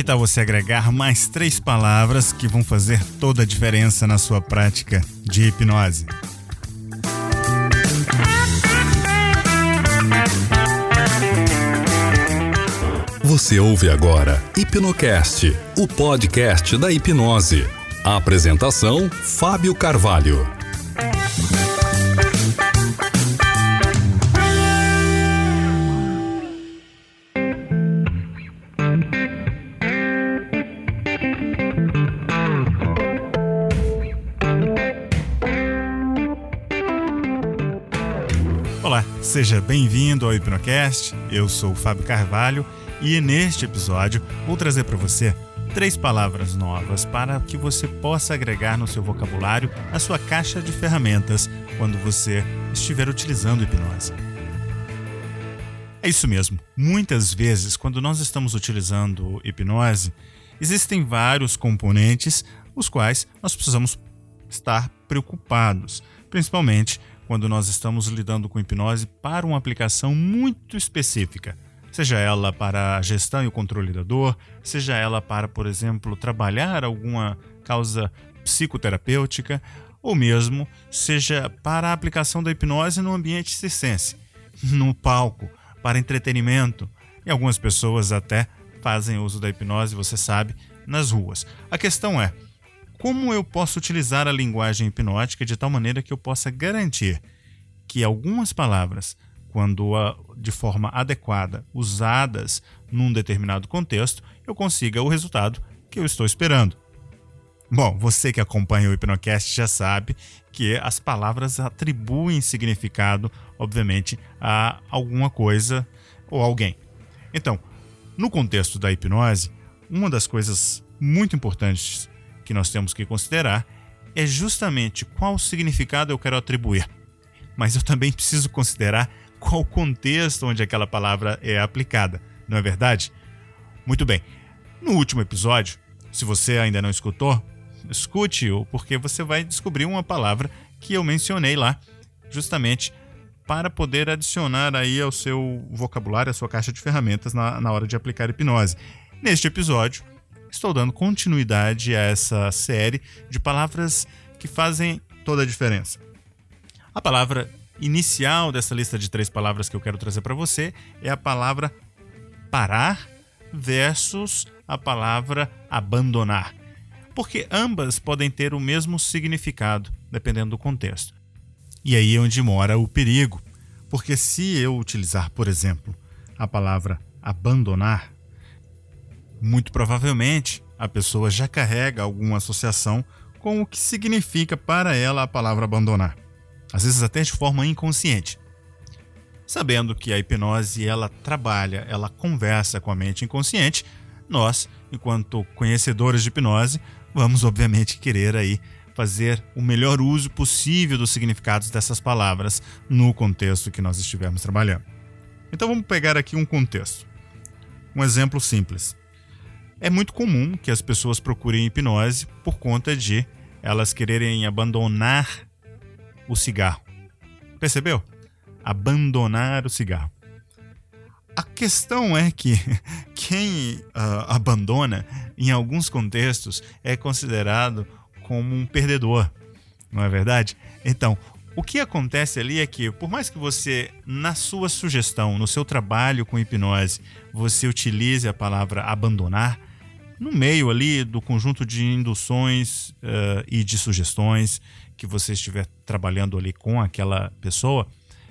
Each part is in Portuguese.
Que tal você agregar mais 3 palavras que vão fazer toda a diferença na sua prática de hipnose? Você ouve agora Hipnocast, o podcast da hipnose. A apresentação, Fábio Carvalho. Olá, seja bem-vindo ao Hipnocast. Eu sou o Fábio Carvalho e neste episódio vou trazer para você 3 palavras novas para que você possa agregar no seu vocabulário, a sua caixa de ferramentas, quando você estiver utilizando hipnose. É isso mesmo. Muitas vezes, quando nós estamos utilizando hipnose, existem vários componentes os quais nós precisamos estar preocupados, principalmente quando nós estamos lidando com hipnose para uma aplicação muito específica, seja ela para a gestão e o controle da dor, seja ela para, por exemplo, trabalhar alguma causa psicoterapêutica, ou mesmo seja para a aplicação da hipnose no ambiente circense, no palco, para entretenimento, e algumas pessoas até fazem uso da hipnose, você sabe, nas ruas. A questão é, como eu posso utilizar a linguagem hipnótica de tal maneira que eu possa garantir que algumas palavras, quando de forma adequada, usadas num determinado contexto, eu consiga o resultado que eu estou esperando? Bom, você que acompanha o Hipnocast já sabe que as palavras atribuem significado, obviamente, a alguma coisa ou alguém. Então, no contexto da hipnose, uma das coisas muito importantes que nós temos que considerar é justamente qual significado eu quero atribuir. Mas eu também preciso considerar qual contexto onde aquela palavra é aplicada, não é verdade? Muito bem. No último episódio, se você ainda não escutou, escute-o, porque você vai descobrir uma palavra que eu mencionei lá, justamente para poder adicionar aí ao seu vocabulário, à sua caixa de ferramentas na hora de aplicar hipnose. Neste episódio, estou dando continuidade a essa série de palavras que fazem toda a diferença. A palavra inicial dessa lista de 3 palavras que eu quero trazer para você é a palavra parar versus a palavra abandonar. Porque ambas podem ter o mesmo significado, dependendo do contexto. E aí é onde mora o perigo. Porque se eu utilizar, por exemplo, a palavra abandonar, muito provavelmente a pessoa já carrega alguma associação com o que significa para ela a palavra abandonar. Às vezes até de forma inconsciente. Sabendo que a hipnose ela trabalha, ela conversa com a mente inconsciente, nós, enquanto conhecedores de hipnose, vamos obviamente querer aí fazer o melhor uso possível dos significados dessas palavras no contexto que nós estivermos trabalhando. Então vamos pegar aqui um contexto. Um exemplo simples. É muito comum que as pessoas procurem hipnose por conta de elas quererem abandonar o cigarro. Percebeu? Abandonar o cigarro. A questão é que quem abandona, em alguns contextos, é considerado como um perdedor, não é verdade? Então, o que acontece ali é que, por mais que você, na sua sugestão, no seu trabalho com hipnose, você utilize a palavra abandonar, no meio ali do conjunto de induções e de sugestões que você estiver trabalhando ali com aquela pessoa,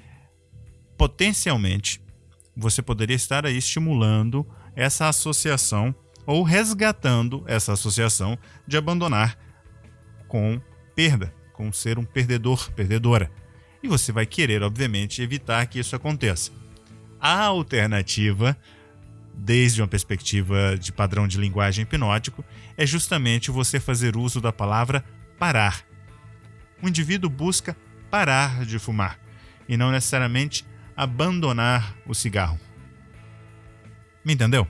potencialmente você poderia estar aí estimulando essa associação ou resgatando essa associação de abandonar com perda, com ser um perdedor, perdedora. E você vai querer, obviamente, evitar que isso aconteça. A alternativa, desde uma perspectiva de padrão de linguagem hipnótico, é justamente você fazer uso da palavra parar. O indivíduo busca parar de fumar e não necessariamente abandonar o cigarro. Me entendeu?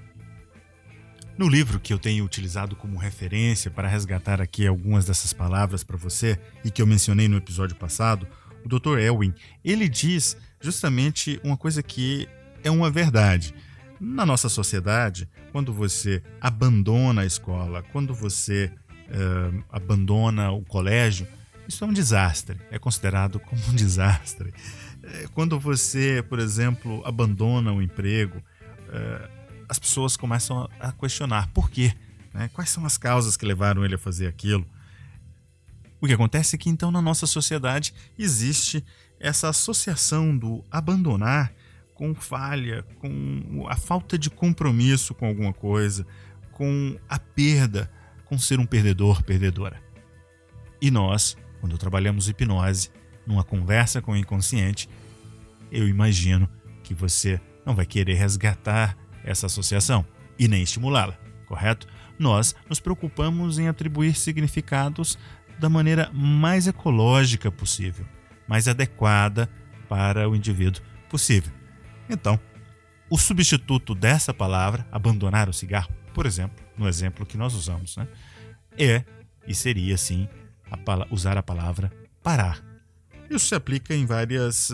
No livro que eu tenho utilizado como referência para resgatar aqui algumas dessas palavras para você e que eu mencionei no episódio passado, o Dr. Elwin, ele diz justamente uma coisa que é uma verdade. Na nossa sociedade, quando você abandona a escola, quando você abandona o colégio, isso é um desastre, é considerado como um desastre. Quando você, por exemplo, abandona o emprego, as pessoas começam a questionar por quê, né? Quais são as causas que levaram ele a fazer aquilo. O que acontece é que então na nossa sociedade existe essa associação do abandonar com falha, com a falta de compromisso com alguma coisa, com a perda, com ser um perdedor, perdedora. E nós, quando trabalhamos hipnose, numa conversa com o inconsciente, eu imagino que você não vai querer resgatar essa associação e nem estimulá-la, correto? Nós nos preocupamos em atribuir significados da maneira mais ecológica possível, mais adequada para o indivíduo possível. Então, o substituto dessa palavra, abandonar o cigarro, por exemplo, no exemplo que nós usamos, né, seria sim usar a palavra parar. Isso se aplica em vários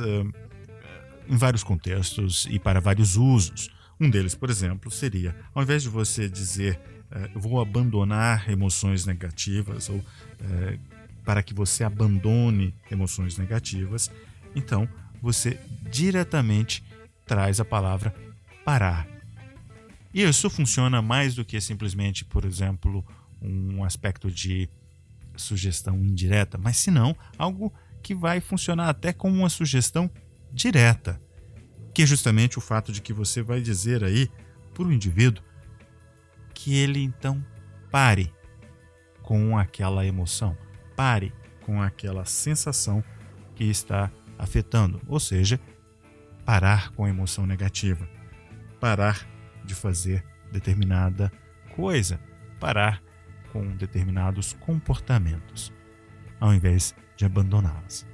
contextos e para vários usos. Um deles, por exemplo, seria, ao invés de você dizer eu vou abandonar emoções negativas ou para que você abandone emoções negativas, então você diretamente traz a palavra parar. E isso funciona mais do que simplesmente, por exemplo, um aspecto de sugestão indireta, mas se não, algo que vai funcionar até como uma sugestão direta, que é justamente o fato de que você vai dizer aí para o indivíduo que ele então pare com aquela emoção, pare com aquela sensação que está afetando, ou seja, parar com a emoção negativa, parar de fazer determinada coisa, parar com determinados comportamentos, ao invés de abandoná-las.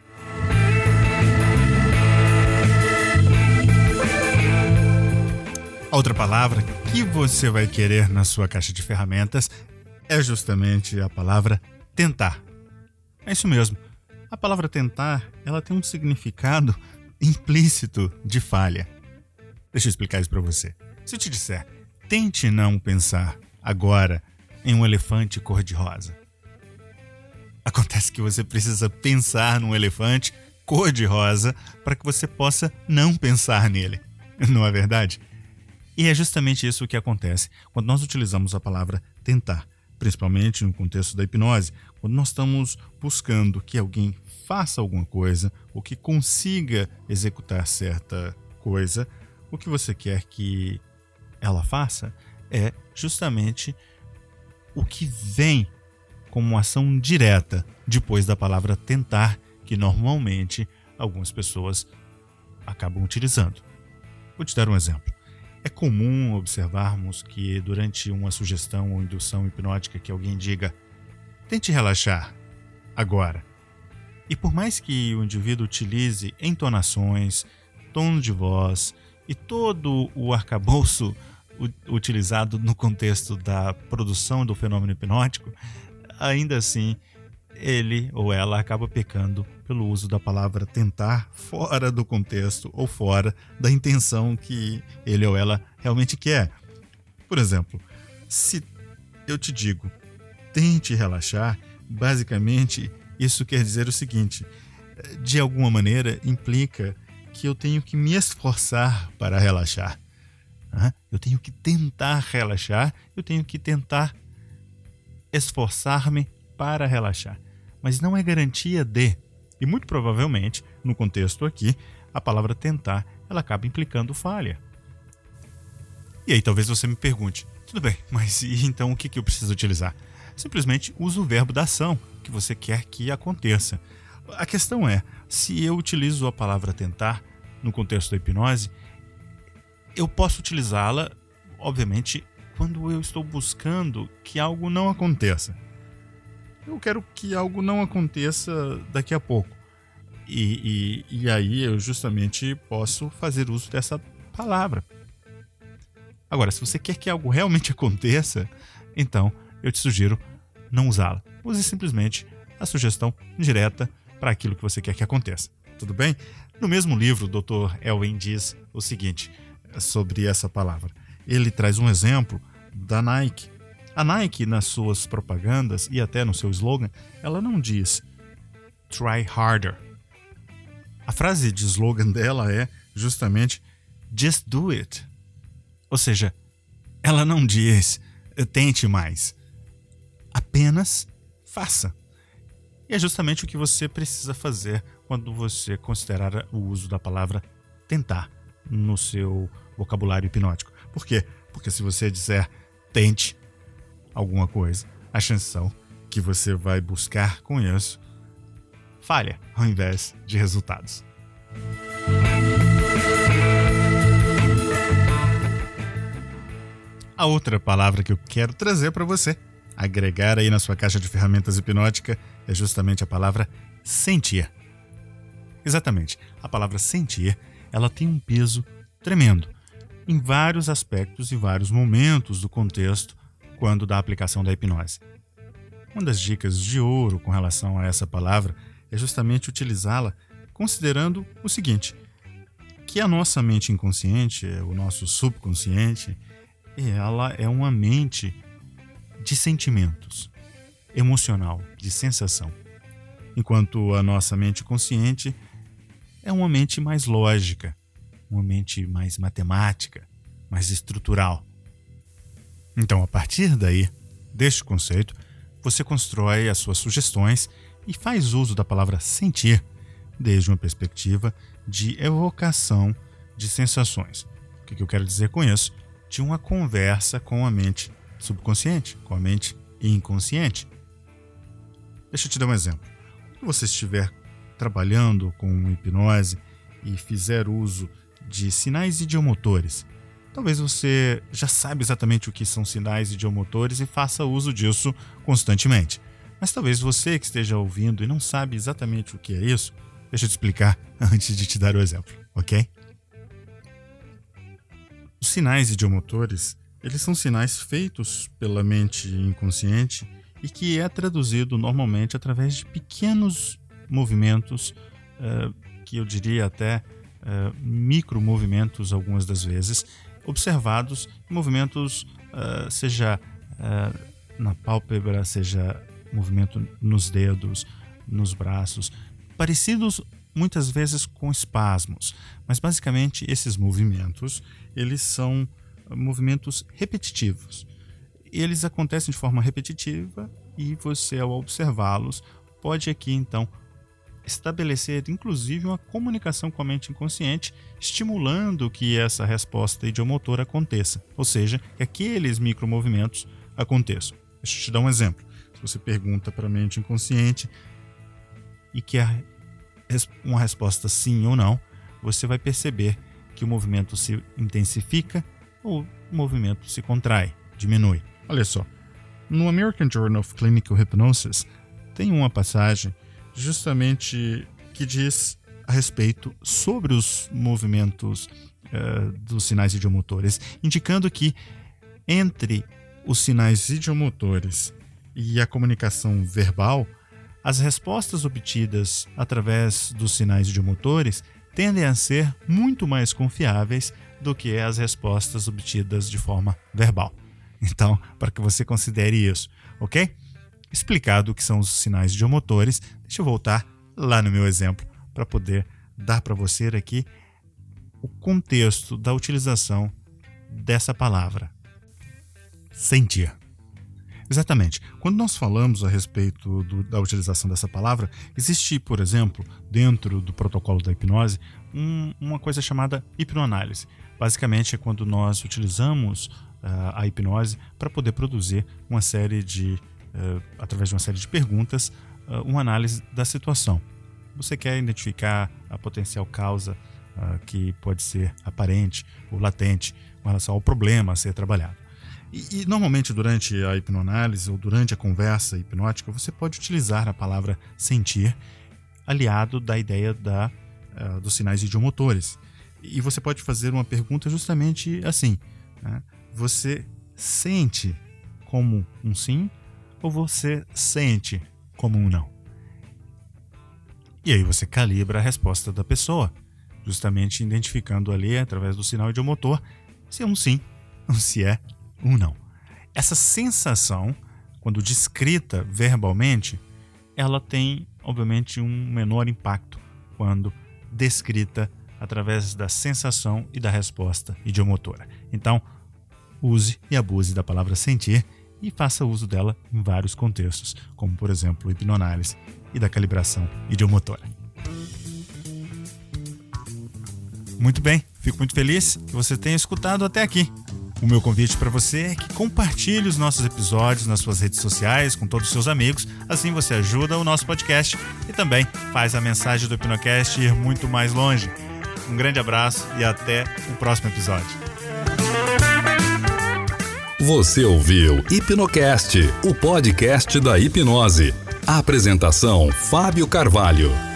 A outra palavra que você vai querer na sua caixa de ferramentas é justamente a palavra tentar. É isso mesmo. A palavra tentar, ela tem um significado implícito de falha. Deixa eu explicar isso para você. Se eu te disser, tente não pensar agora em um elefante cor-de-rosa. Acontece que você precisa pensar num elefante cor-de-rosa para que você possa não pensar nele. Não é verdade? E é justamente isso que acontece quando nós utilizamos a palavra tentar, principalmente no contexto da hipnose, quando nós estamos buscando que alguém faça alguma coisa ou que consiga executar certa coisa. O que você quer que ela faça é justamente o que vem como ação direta depois da palavra tentar, que normalmente algumas pessoas acabam utilizando. Vou te dar um exemplo. É comum observarmos que durante uma sugestão ou indução hipnótica que alguém diga tente relaxar agora. E por mais que o indivíduo utilize entonações, tom de voz e todo o arcabouço utilizado no contexto da produção do fenômeno hipnótico, ainda assim ele ou ela acaba pecando pelo uso da palavra tentar fora do contexto ou fora da intenção que ele ou ela realmente quer. Por exemplo, se eu te digo tente relaxar, basicamente isso quer dizer o seguinte: de alguma maneira implica que eu tenho que me esforçar para relaxar. Eu tenho que tentar relaxar, eu tenho que tentar esforçar-me para relaxar. Mas não é garantia de. E muito provavelmente, no contexto aqui, a palavra tentar, ela acaba implicando falha. E aí talvez você me pergunte, tudo bem, mas e então o que eu preciso utilizar? Simplesmente use o verbo da ação que você quer que aconteça. A questão é, se eu utilizo a palavra tentar no contexto da hipnose, eu posso utilizá-la, obviamente, quando eu estou buscando que algo não aconteça. Eu quero que algo não aconteça daqui a pouco. E aí eu justamente posso fazer uso dessa palavra. Agora, se você quer que algo realmente aconteça, então eu te sugiro não usá-la. Use simplesmente a sugestão direta para aquilo que você quer que aconteça. Tudo bem? No mesmo livro, o Dr. Elwin diz o seguinte: sobre essa palavra. Ele traz um exemplo da Nike. A Nike, nas suas propagandas e até no seu slogan, ela não diz "try harder". A frase de slogan dela é justamente "just do it". Ou seja, ela não diz "tente mais", apenas faça. E é justamente o que você precisa fazer quando você considerar o uso da palavra tentar no seu vocabulário hipnótico. Por quê? Porque se você disser tente alguma coisa, a chance são que você vai buscar com isso falha ao invés de resultados. A outra palavra que eu quero trazer para você, agregar aí na sua caixa de ferramentas hipnótica, é justamente a palavra sentir. Exatamente, a palavra sentir, ela tem um peso tremendo em vários aspectos e vários momentos do contexto quando da aplicação da hipnose. Uma das dicas de ouro com relação a essa palavra é justamente utilizá-la considerando o seguinte, que a nossa mente inconsciente, o nosso subconsciente, ela é uma mente de sentimentos, emocional, de sensação, enquanto a nossa mente consciente é uma mente mais lógica, uma mente mais matemática, mais estrutural. Então, a partir daí, deste conceito, você constrói as suas sugestões e faz uso da palavra sentir desde uma perspectiva de evocação de sensações. O que eu quero dizer com isso? De uma conversa com a mente subconsciente, com a mente inconsciente. Deixa eu te dar um exemplo. Se você estiver trabalhando com hipnose e fizer uso de sinais idiomotores, talvez você já saiba exatamente o que são sinais idiomotores e faça uso disso constantemente. Mas talvez você que esteja ouvindo e não sabe exatamente o que é isso, deixa eu te explicar antes de te dar o exemplo, ok? Os sinais idiomotores, eles são sinais feitos pela mente inconsciente e que é traduzido normalmente através de pequenos movimentos, que eu diria até micromovimentos algumas das vezes, observados, movimentos seja na pálpebra, seja movimento nos dedos, nos braços, parecidos muitas vezes com espasmos, mas basicamente esses movimentos, eles são movimentos repetitivos. Eles acontecem de forma repetitiva e você, ao observá-los, pode aqui então estabelecer inclusive uma comunicação com a mente inconsciente, estimulando que essa resposta idiomotora aconteça, ou seja, que aqueles micromovimentos aconteçam. Deixa eu te dar um exemplo. Se você pergunta para a mente inconsciente e quer uma resposta sim ou não, você vai perceber que o movimento se intensifica ou o movimento se contrai, diminui. Olha só, no American Journal of Clinical Hypnosis tem uma passagem justamente que diz a respeito sobre os movimentos dos sinais idiomotores, indicando que entre os sinais idiomotores e a comunicação verbal, as respostas obtidas através dos sinais idiomotores tendem a ser muito mais confiáveis do que as respostas obtidas de forma verbal. Então, para que você considere isso, ok? Explicado o que são os sinais idiomotores, deixa eu voltar lá no meu exemplo para poder dar para você aqui o contexto da utilização dessa palavra. Sentir. Exatamente. Quando nós falamos a respeito da utilização dessa palavra, existe, por exemplo, dentro do protocolo da hipnose, uma coisa chamada hipnoanálise. Basicamente é quando nós utilizamos a hipnose para poder produzir uma série de, através de uma série de perguntas, uma análise da situação. Você quer identificar a potencial causa que pode ser aparente ou latente com relação ao problema a ser trabalhado. E normalmente durante a hipnoanálise ou durante a conversa hipnótica você pode utilizar a palavra sentir aliado da ideia dos sinais idiomotores. E você pode fazer uma pergunta justamente assim, né? Você sente como um sim ou você sente como um não? E aí você calibra a resposta da pessoa, justamente identificando ali, através do sinal idiomotor, se é um sim ou se é um não. Essa sensação, quando descrita verbalmente, ela tem, obviamente, um menor impacto quando descrita através da sensação e da resposta idiomotora. Então, use e abuse da palavra sentir e faça uso dela em vários contextos, como, por exemplo, hipnoanálise e da calibração idiomotora. Muito bem, fico muito feliz que você tenha escutado até aqui. O meu convite para você é que compartilhe os nossos episódios nas suas redes sociais com todos os seus amigos, assim você ajuda o nosso podcast e também faz a mensagem do Hipnocast ir muito mais longe. Um grande abraço e até o próximo episódio. Você ouviu Hipnocast, o podcast da hipnose. A apresentação: Fábio Carvalho.